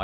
はい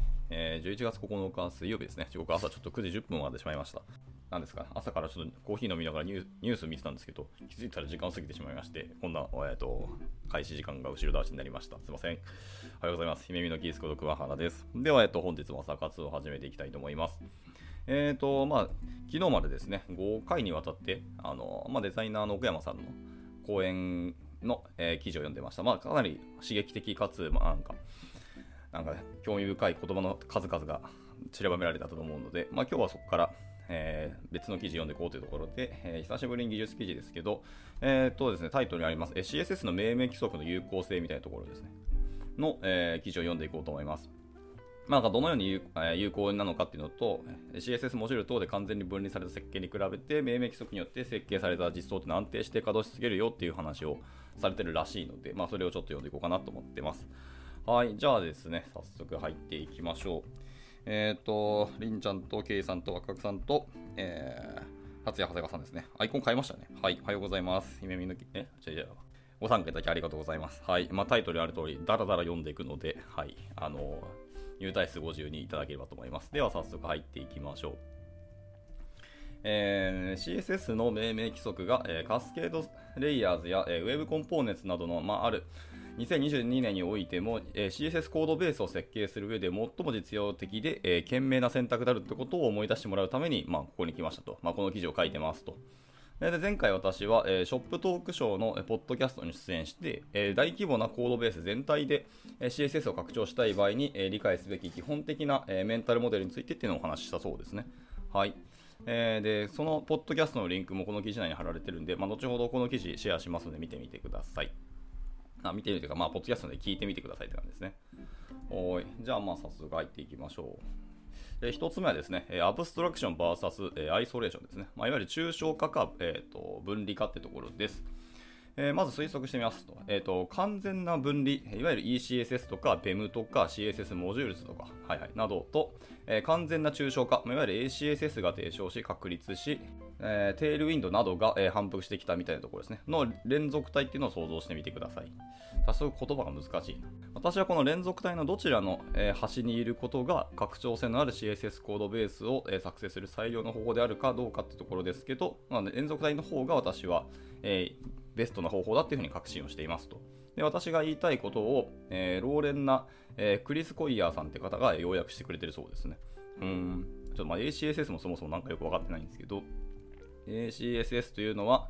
、11月9日水曜日ですね。時刻朝ちょっと9時10分までしまいました。なんですか、朝からちょっとコーヒー飲みながらニュース見てたんですけど、気づいたら時間を過ぎてしまいまして、こんな、開始時間が後ろ倒しになりました。すいません。おはようございます。姫美のキースこと桑原です。では、本日も朝活を始めていきたいと思います。昨日までですね、5回にわたって、デザイナーの奥山さんの講演の、記事を読んでました。かなり刺激的かつ、なんか興味深い言葉の数々が散りばめられたと思うので、今日はそこから、別の記事読んでいこうというところで、久しぶりに技術記事ですけど、ですね、タイトルにあります CSS の命名規則の有効性みたいなところですねの、記事を読んでいこうと思います。どのように有効なのかっていうのと、CSS モジュール等で完全に分離された設計に比べて、命名規則によって設計された実装って安定して稼働し続けるよっていう話をされてるらしいので、それをちょっと読んでいこうかなと思ってます。はい、じゃあですね、早速入っていきましょう。りんちゃんとケイさんと若くさんと、達也長谷川さんですね。アイコン変えましたね。はい、おはようございます。姫みのき、ご参加いただきありがとうございます。はい、タイトルにある通り、だらだら読んでいくので、はい、入退数52いただければと思います。では、早速入っていきましょう。CSS の命名規則が、カスケードレイヤーズや、Web コンポーネンツなどの、ある2022年においても、CSS コードベースを設計する上で最も実用的で、賢明な選択であるということを思い出してもらうために、ここに来ましたと。この記事を書いてますと。で前回私は、ショップトークショーのポッドキャストに出演して、大規模なコードベース全体で CSS を拡張したい場合に理解すべき基本的なメンタルモデルについてっていうのをお話ししたそうですね。はい。で、そのポッドキャストのリンクもこの記事内に貼られてるんで、後ほどこの記事シェアしますので見てみてください。見てみてというか、ポッドキャストで聞いてみてくださいって感じですね。じゃあ、早速入っていきましょう。一つ目はですね、アブストラクション vs、アイソレーションですね。いわゆる抽象化か、分離かってところです。まず推測してみますと、完全な分離、いわゆる ECSS とか BEM とか CSS モジュールズとか、などと、完全な抽象化、いわゆる ACSS が提唱し、確立し、テールウィンドなどが、反復してきたみたいなところですね。の連続体っていうのを想像してみてください。早速言葉が難しいな。私はこの連続体のどちらの、端にいることが拡張性のある CSS コードベースを、作成する最良の方法であるかどうかってところですけど、連続体の方が私は、ベストな方法だっていうふうに確信をしていますと。で私が言いたいことを、老練な、クリス・コイヤーさんって方が要約してくれてるそうですね。ちょっとACSS もそもそもなんかよく分かってないんですけど、ACSS というのは、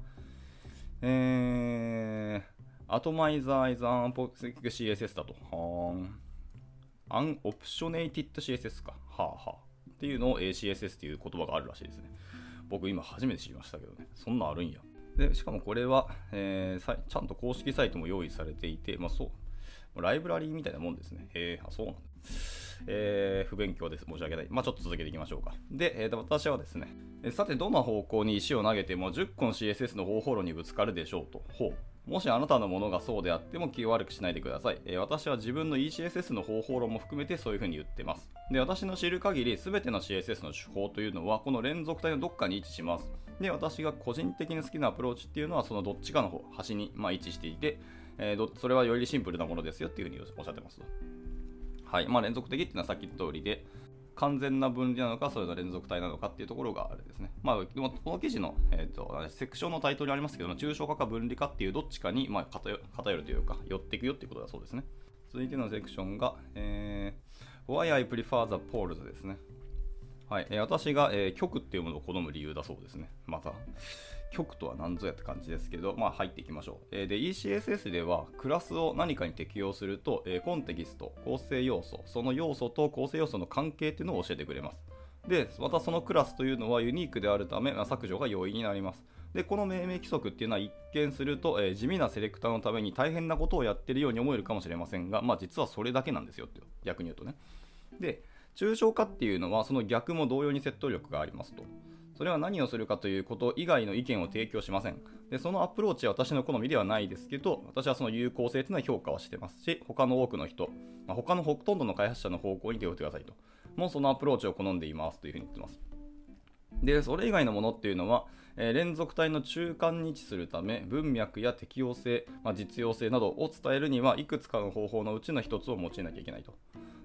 アトマイザーイザーンポセキ CSS だと。アンオプショネイティッド CSS か。っていうのを ACSS っていう言葉があるらしいですね。僕今初めて知りましたけどね。そんなんあるんや。でしかもこれは、ちゃんと公式サイトも用意されていて、ライブラリーみたいなもんですね。そうなんだ。不勉強です。申し訳ない。ちょっと続けていきましょうか。で、私はですね、さてどの方向に石を投げても10個の CSS の方法論にぶつかるでしょうと。もしあなたのものがそうであっても気を悪くしないでください。私は自分の ECSS の方法論も含めてそういうふうに言ってます。で、私の知る限り全ての CSS の手法というのはこの連続体のどっかに位置します。で、私が個人的に好きなアプローチっていうのはそのどっちかの端に、位置していて、それはよりシンプルなものですよっていうふうにおっしゃってます。はい。連続的っていうのはさっき言った通りで、完全な分離なのか、それが連続体なのかっていうところがあれですね。でもこの記事の、セクションのタイトルにありますけども、抽象化か分離かっていうどっちかに、偏るというか、寄っていくよっていうことだそうですね。続いてのセクションが、Why I prefer the poles ですね。はい。私が、極っていうものを好む理由だそうですね。極とは何ぞやって感じですけど、入っていきましょう。で、ECSS では、クラスを何かに適用すると、コンテキスト、構成要素、その要素と構成要素の関係っていうのを教えてくれます。で、またそのクラスというのはユニークであるため、削除が容易になります。で、この命名規則っていうのは一見すると、地味なセレクターのために大変なことをやっているように思えるかもしれませんが、実はそれだけなんですよって、逆に言うとね。で、抽象化っていうのはその逆も同様に説得力がありますと。それは何をするかということ以外の意見を提供しません。で、そのアプローチは私の好みではないですけど、私はその有効性というのは評価はしてますし、他の多くの人、他のほとんどの開発者の方向に手を打ってくださいと。もうそのアプローチを好んでいますというふうに言ってます。で、それ以外のものっていうのは、連続体の中間に位置するため、文脈や適応性、実用性などを伝えるには、いくつかの方法のうちの一つを用いなきゃいけないと。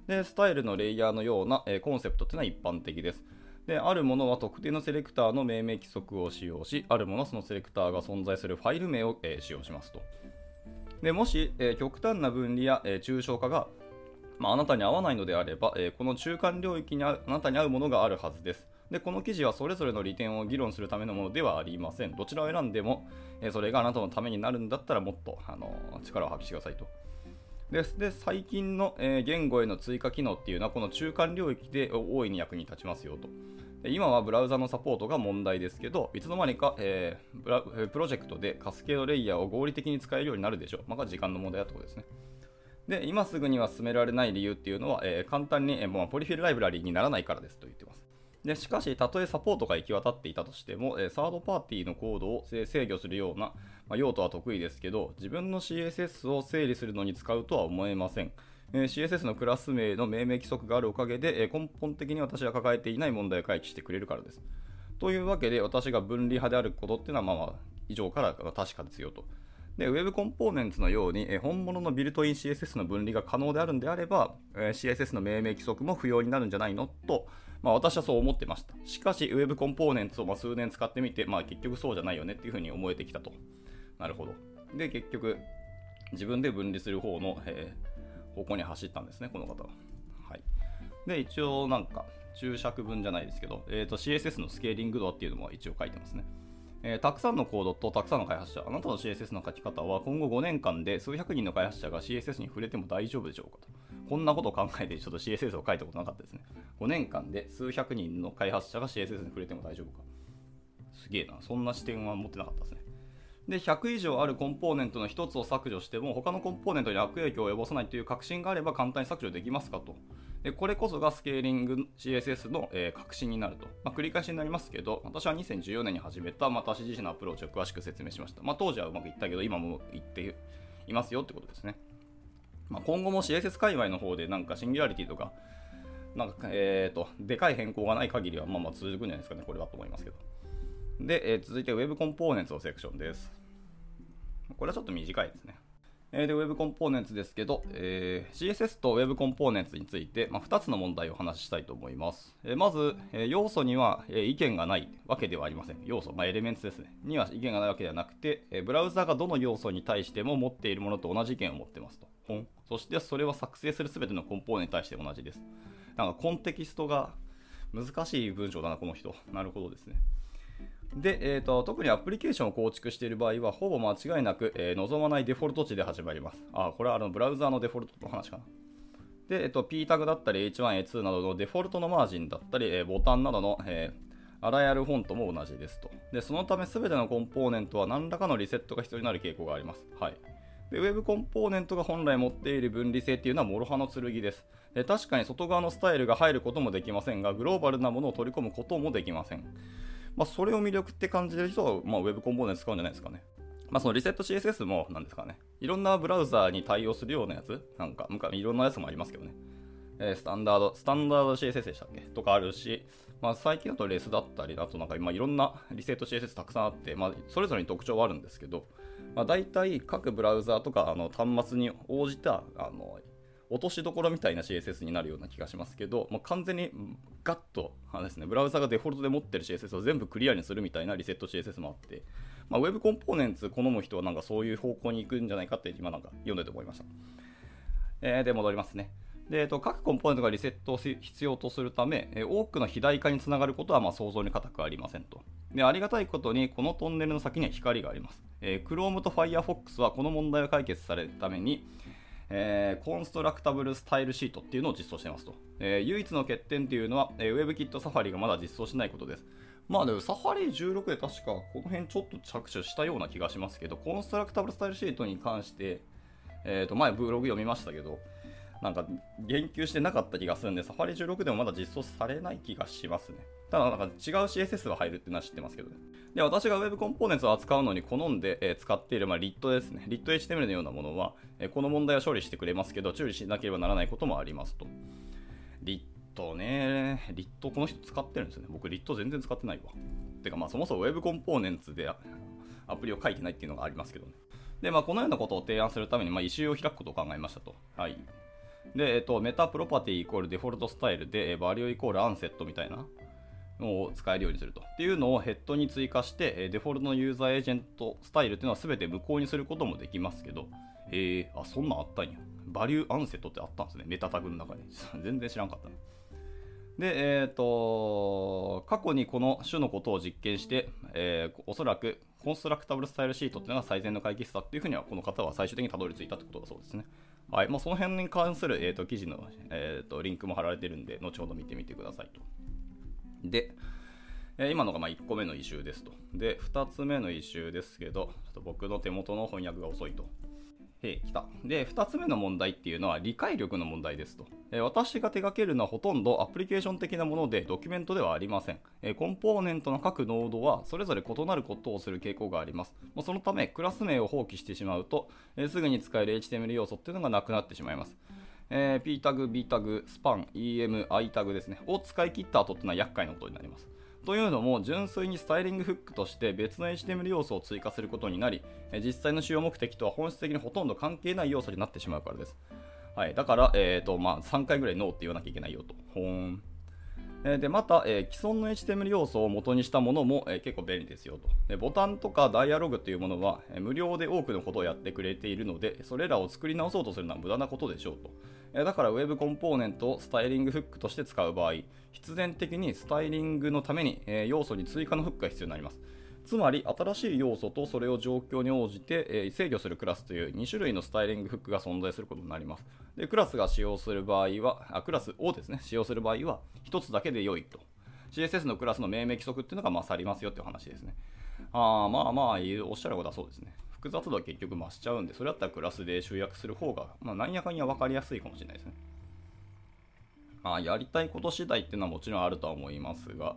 で、スタイルのレイヤーのような、コンセプトというのは一般的です。で、あるものは特定のセレクターの命名規則を使用し、あるものはそのセレクターが存在するファイル名を、使用しますと。で、もし、極端な分離や、抽象化が、あなたに合わないのであれば、この中間領域にあなたに合うものがあるはずです。で、この記事はそれぞれの利点を議論するためのものではありません。どちらを選んでも、それがあなたのためになるんだったらもっと、力を発揮してくださいと。で、最近の、言語への追加機能っていうのはこの中間領域で大いに役に立ちますよと。今はブラウザのサポートが問題ですけど、いつの間にか、プロジェクトでカスケードレイヤーを合理的に使えるようになるでしょう。時間の問題だってことですね。で、今すぐには進められない理由っていうのは、簡単に、ポリフィルライブラリーにならないからですと言ってます。で、しかし、たとえサポートが行き渡っていたとしても、サードパーティーのコードを制御するような、用途は得意ですけど、自分の CSS を整理するのに使うとは思えません。CSS のクラス名の命名規則があるおかげで、根本的に私が抱えていない問題を回避してくれるからです。というわけで、私が分離派であることっていうのは、以上から確かですよと。で、Web コンポーネンツのように、本物のビルトイン CSS の分離が可能であるんであれば、CSS の命名規則も不要になるんじゃないのと、私はそう思ってました。しかし、Web コンポーネンツを数年使ってみて、結局そうじゃないよねっていうふうに思えてきたと。なるほど。で、結局、自分で分離する方の、方向に走ったんですね、この方は。はい。で、一応注釈文じゃないですけど、CSS のスケーリング度っていうのも一応書いてますね。たくさんのコードとたくさんの開発者、あなたの CSS の書き方は今後5年間で数百人の開発者が CSS に触れても大丈夫でしょうかと。こんなことを考えてちょっと CSS を書いたことなかったですね。5年間で数百人の開発者が CSS に触れても大丈夫か。すげえな。そんな視点は持ってなかったですね。で、100以上あるコンポーネントの1つを削除しても他のコンポーネントに悪影響を及ぼさないという確信があれば簡単に削除できますかと。で、これこそがスケーリング CSS の、確信になると。繰り返しになりますけど、私は2014年に始めた、私自身のアプローチを詳しく説明しました。当時はうまくいったけど、今もいっていますよってことですね。今後も CSS 界隈の方でシンギュラリティとか、でかい変更がない限りは、続くんじゃないですかね、これはと思いますけど。で、続いて Web コンポーネンツのセクションです。これはちょっと短いですね。で、Web コンポーネンツですけど、CSS と Web コンポーネンツについて、2つの問題をお話ししたいと思います。まず、要素には、意見がないわけではありません。要素、エレメンツですね。には意見がないわけではなくて、ブラウザがどの要素に対しても持っているものと同じ意見を持っていますと。そしてそれは作成するすべてのコンポーネントに対して同じです。コンテキストが難しい文章だな、この人。なるほどですね。で、特にアプリケーションを構築している場合は、ほぼ間違いなく、望まないデフォルト値で始まります。これはブラウザーのデフォルトの話かな。で、P タグだったり H1、A2 などのデフォルトのマージンだったり、ボタンなどの、あらゆるフォントも同じですと。で、そのため全てのコンポーネントは何らかのリセットが必要になる傾向があります。はい。で、Web コンポーネントが本来持っている分離性っていうのは諸刃の剣です。で、確かに外側のスタイルが入ることもできませんが、グローバルなものを取り込むこともできません。それを魅力って感じてる人は、Web コンポーネント使うんじゃないですかね。そのリセット CSS もなんですかね。いろんなブラウザーに対応するようなやつ、いろんなやつもありますけどね。スタンダード CSS でしたっけとかあるし、最近だとレスだったり、あといろんなリセット CSS たくさんあって、それぞれに特徴はあるんですけど、大体各ブラウザーとか端末に応じた落としどころみたいな CSS になるような気がしますけど、完全にガッとですね、ブラウザがデフォルトで持ってる CSS を全部クリアにするみたいなリセット CSS もあって、Web コンポーネンツ好む人はそういう方向に行くんじゃないかって今読んでて思いました。で、戻りますね。で、各コンポーネントがリセットを必要とするため、多くの肥大化につながることは想像に難くありませんと。で、ありがたいことにこのトンネルの先には光があります。Chrome と Firefox はこの問題を解決されるために、コンストラクタブルスタイルシートっていうのを実装していますと。唯一の欠点っていうのは、WebKit Safari がまだ実装しないことです。でも Safari 16で確かこの辺ちょっと着手したような気がしますけど、コンストラクタブルスタイルシートに関して、前ブログ読みましたけど、言及してなかった気がするんで、Safari 16でもまだ実装されない気がしますね。ただ違う CSS が入るっていうのは知ってますけどね。で、私が Web コンポーネンツを扱うのに好んで、使っている、Lit ですね。Lit HTML のようなものは、この問題を処理してくれますけど、注意しなければならないこともありますと。Lit ね、Lit この人使ってるんですよね。僕 Lit 全然使ってないわ。てかそもそも Web コンポーネンツでアプリを書いてないっていうのがありますけどね。で、このようなことを提案するために、異臭を開くことを考えましたと。はい。 で、メタプロパティイコールデフォルトスタイルで、バリューイコールアンセットみたいなのを使えるようにすると。っていうのをヘッドに追加して、デフォルトのユーザーエージェントスタイルっていうのは全て無効にすることもできますけど、そんなんあったんや。バリューアンセットってあったんですね、メタタグの中に。全然知らんかったな。で、過去にこの種のことを実験して、おそらくコンストラクタブルスタイルシートっていうのが最善の解決だっていうふうにはこの方は最終的にたどり着いたってことだそうですね。はい、その辺に関する、記事の、リンクも貼られてるんで、後ほど見てみてくださいと。で、今のが1個目のイシューですと。で、2つ目のイシューですけど、ちょっと僕の手元の翻訳が遅いと。来た。で、2つ目の問題っていうのは理解力の問題ですと。私が手掛けるのはほとんどアプリケーション的なものでドキュメントではありません。コンポーネントの各ノードはそれぞれ異なることをする傾向があります。そのため、クラス名を放棄してしまうと、すぐに使える HTML 要素っていうのがなくなってしまいます。P タグ、B タグ、スパン、EM、I タグですね。を使い切った後っていうのは厄介なことになります。というのも、純粋にスタイリングフックとして別の HTML 要素を追加することになり、実際の使用目的とは本質的にほとんど関係ない要素になってしまうからです。はい、だから、3回ぐらいノーって言わなきゃいけないよと。でまた、既存の HTML 要素を元にしたものも、結構便利ですよと。でボタンとかダイアログというものは、無料で多くのことをやってくれているので、それらを作り直そうとするのは無駄なことでしょうと。だから Web コンポーネントをスタイリングフックとして使う場合、必然的にスタイリングのために、要素に追加のフックが必要になります。つまり新しい要素とそれを状況に応じて、制御するクラスという2種類のスタイリングフックが存在することになります。でクラスが使用する場合は、クラスをですね、使用する場合は1つだけで良いと。CSS のクラスの命名規則っていうのが勝りますよっていう話ですね。おっしゃることはそうですね。複雑度は結局増しちゃうんで、それだったらクラスで集約する方が、なんやかんや分かりやすいかもしれないですね。やりたいこと次第っていうのはもちろんあるとは思いますが、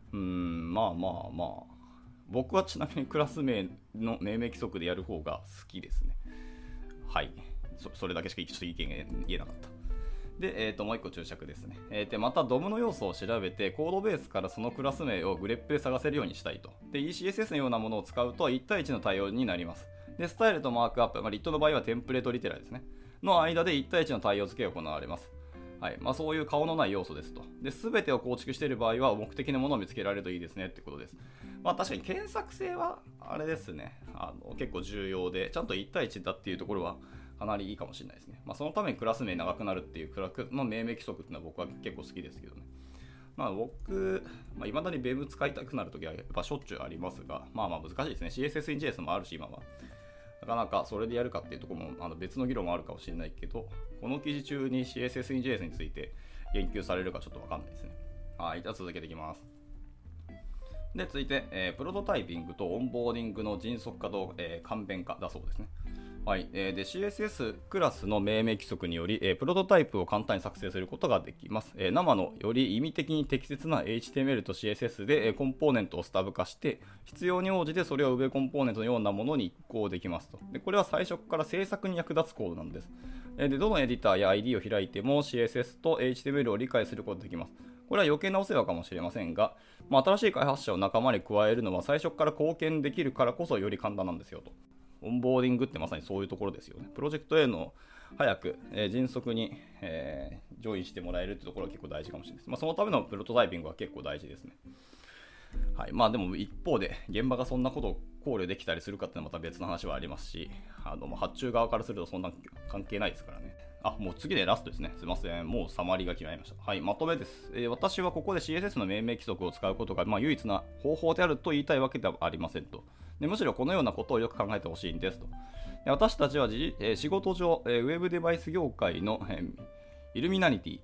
僕はちなみにクラス名の命名規則でやる方が好きですね。はい。それだけしかちょっと意見が言えなかった。で、もう一個注釈ですね。また DOM の要素を調べて、コードベースからそのクラス名をグレップで探せるようにしたいと。で、ECSS のようなものを使うと1対1の対応になります。で、スタイルとマークアップ、リットの場合はテンプレートリテラですね。の間で1対1の対応付けが行われます。はい。そういう顔のない要素ですと。で、全てを構築している場合は、目的のものを見つけられるといいですねってことです。確かに検索性は、あれですね。結構重要で、ちゃんと1対1だっていうところは、かなりいいかもしれないですね。そのためにクラス名長くなるっていうクラスの命名規則っていうのは僕は結構好きですけどね。僕、未だに Web 使いたくなるときはやっぱしょっちゅうありますが、難しいですね。CSS in JS もあるし、今は。なかなかそれでやるかっていうところも別の議論もあるかもしれないけど、この記事中に CSS in JS について言及されるかちょっとわかんないですね。はい、じゃあ続けていきます。で、続いて、プロトタイピングとオンボーディングの迅速化と、簡便化だそうですね。はい、で CSS クラスの命名規則により、プロトタイプを簡単に作成することができます。生のより意味的に適切な HTML と CSS で、コンポーネントをスタブ化して、必要に応じてそれを Web コンポーネントのようなものに移行できますと。でこれは最初から制作に役立つコードなんです。でどのエディターや ID を開いても CSS と HTML を理解することができます。これは余計なお世話かもしれませんが、新しい開発者を仲間に加えるのは最初から貢献できるからこそより簡単なんですよと。オンボーディングってまさにそういうところですよね。プロジェクトへの早く、迅速に、ジョインしてもらえるってところが結構大事かもしれないです。そのためのプロトタイピングは結構大事ですね。はい、でも一方で現場がそんなことを考慮できたりするかってのはまた別の話はありますし、発注側からするとそんな関係ないですからね。もう次でラストですね。すいません。もうサマリーが決まりました。はい、まとめです。私はここで CSS の命名規則を使うことが、唯一な方法であると言いたいわけではありませんと。でむしろこのようなことをよく考えてほしいんですと。で私たちは仕事上、ウェブデバイス業界の、イルミナテ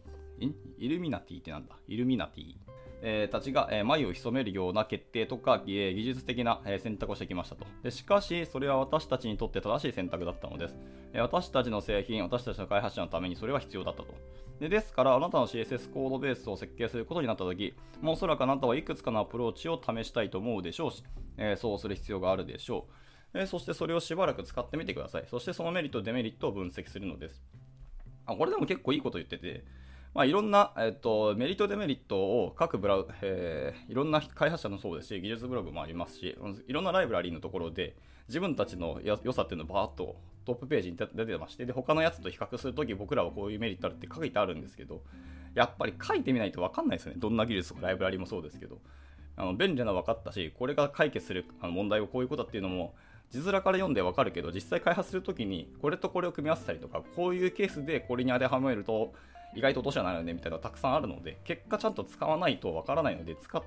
ィたちが眉を潜めるような決定とか技術的な選択をしてきましたと。でしかし、それは私たちにとって正しい選択だったのです。私たちの製品、私たちの開発者のためにそれは必要だったと。ですから、あなたの CSS コードベースを設計することになったとき、おそらくあなたはいくつかのアプローチを試したいと思うでしょうし、そうする必要があるでしょう。そしてそれをしばらく使ってみてください。そしてそのメリット、デメリットを分析するのです。これでも結構いいこと言ってて、いろんな、メリットデメリットを各いろんな開発者のそうですし、技術ブログもありますし、いろんなライブラリーのところで自分たちの良さっていうのをバーッとトップページに出てまして、で他のやつと比較するとき僕らはこういうメリットあるって書いてあるんですけど、やっぱり書いてみないと分かんないですよね。どんな技術とかライブラリもそうですけど、便利なのは分かったし、これが解決する問題はこういうことっていうのも字面から読んで分かるけど、実際開発するときにこれとこれを組み合わせたりとか、こういうケースでこれに当てはめると意外と落としはないよねみたいなのがたくさんあるので、結果ちゃんと使わないと分からないので、使って、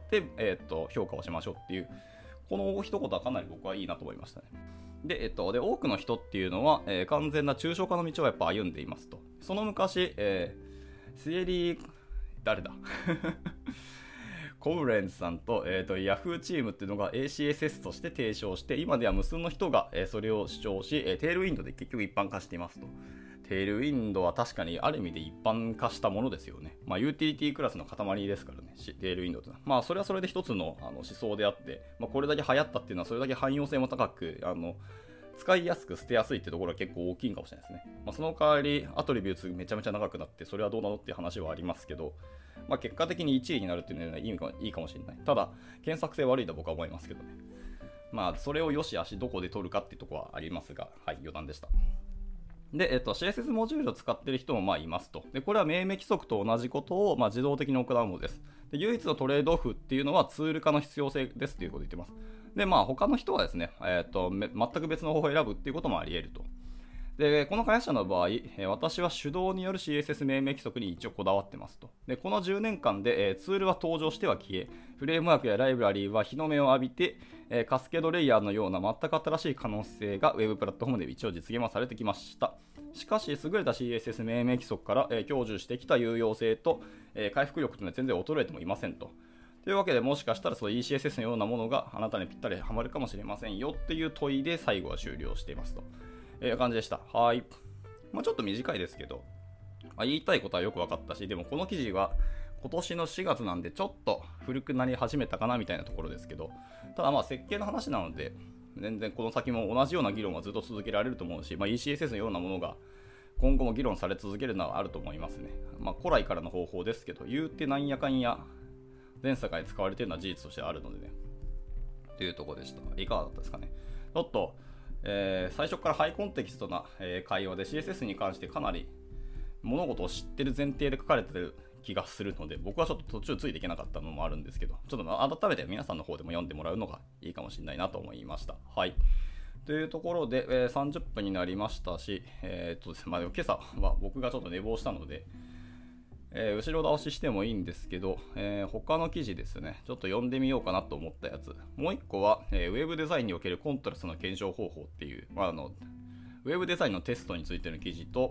評価をしましょうっていう、この一言はかなり僕はいいなと思いましたね。で、多くの人っていうのは、完全な抽象化の道をやっぱ歩んでいますと。その昔、シエリー、誰だコブレンズさんと、Yahoo チームっていうのが ACSS として提唱して、今では無数の人が、それを主張し、テールウィンドで結局一般化していますと。テールウィンドは確かにある意味で一般化したものですよね。ユーティリティクラスの塊ですからね、テールウィンドというのは。それはそれで一つの、思想であって、これだけ流行ったっていうのはそれだけ汎用性も高く、使いやすく捨てやすいってところは結構大きいかもしれないですね。その代わりアトリビューツめちゃめちゃ長くなってそれはどうなのっていう話はありますけど、結果的に1位になるっていうのはいいかもしれない。ただ検索性悪いと僕は思いますけどね。それを良し悪しどこで取るかっていうところはありますが、はい、余談でした。で、CSS モジュールを使っている人もいますと。で、これは命名規則と同じことを自動的に行うものです。で、唯一のトレードオフっていうのはツール化の必要性ですということを言ってます。で、他の人はですね、全く別の方法を選ぶっていうこともあり得ると。で、この開発者の場合、私は手動による CSS 命名規則に一応こだわってますと。で、この10年間で、ツールは登場しては消え、フレームワークやライブラリーは日の目を浴びて、カスケードレイヤーのような全く新しい可能性が Web プラットフォームで一応実現はされてきました。しかし、優れた CSS 命名規則から、享受してきた有用性と、回復力というのは全然衰えてもいませんと。というわけで、もしかしたらその ECSS のようなものがあなたにぴったりはまるかもしれませんよっていう問いで最後は終了していますと。感じでした。はい。ちょっと短いですけど、言いたいことはよく分かったし、でもこの記事は今年の4月なんでちょっと古くなり始めたかなみたいなところですけど、ただ設計の話なので、全然この先も同じような議論はずっと続けられると思うし、ECSS のようなものが今後も議論され続けるのはあると思いますね。古来からの方法ですけど、言うてなんやかんや全世界使われているのは事実としてあるのでね。というところでした。いかがだったですかね。ちょっと最初からハイコンテキストな、会話で CSS に関してかなり物事を知ってる前提で書かれてる気がするので、僕はちょっと途中ついていけなかったのもあるんですけど、ちょっと改めて皆さんの方でも読んでもらうのがいいかもしれないなと思いました。はい。というところで、30分になりましたし、ですね、今朝は僕がちょっと寝坊したので、後ろ倒ししてもいいんですけど、他の記事ですね、ちょっと読んでみようかなと思ったやつ。もう一個は、ウェブデザインにおけるコントラストの検証方法っていう、ウェブデザインのテストについての記事と、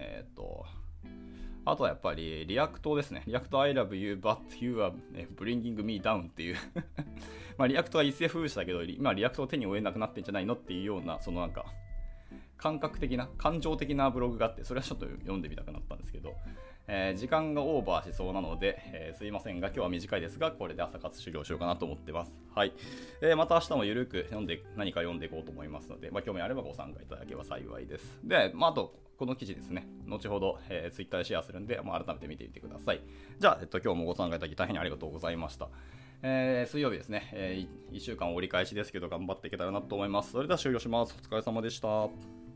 あとはやっぱりリアクトですね。リアクト I love you but you are bringing me down っていうリアクトは一世風靡したけど、今リアクトを手に負えなくなってんじゃないのっていうような、そのなんか感覚的な感情的なブログがあって、それはちょっと読んでみたくなったんですけど、時間がオーバーしそうなので、すいませんが今日は短いですが、これで朝活終了しようかなと思ってます。はい。また明日もゆるく何か読んでいこうと思いますので、興味あればご参加いただければ幸いです。で、あとこの記事ですね、後ほど、Twitter でシェアするんで、改めて見てみてください。じゃあ、今日もご参加いただき大変ありがとうございました。水曜日ですね、1週間折り返しですけど頑張っていけたらなと思います。それでは終了します。お疲れ様でした。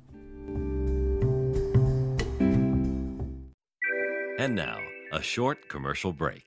And now, a short commercial break.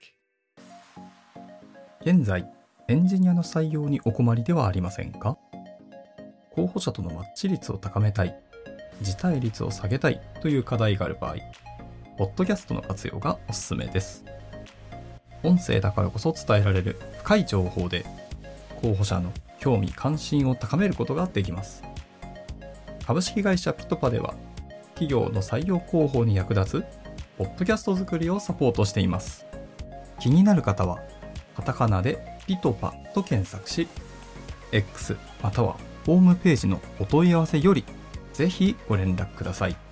現在、エンジニアの採用にお困りではありませんか？候補者とのマッチ率を高めたい、辞退率を下げたいという課題がある場合、ポッドキャストの活用がおすすめです。音声だからこそ伝えられる深い情報で、候補者の興味関心を高めることができます。株式会社ピトパでは、企業の採用広報に役立つポッドキャスト作りをサポートしています。気になる方は、カタカナでピトパと検索し、X またはホームページのお問い合わせより、ぜひご連絡ください。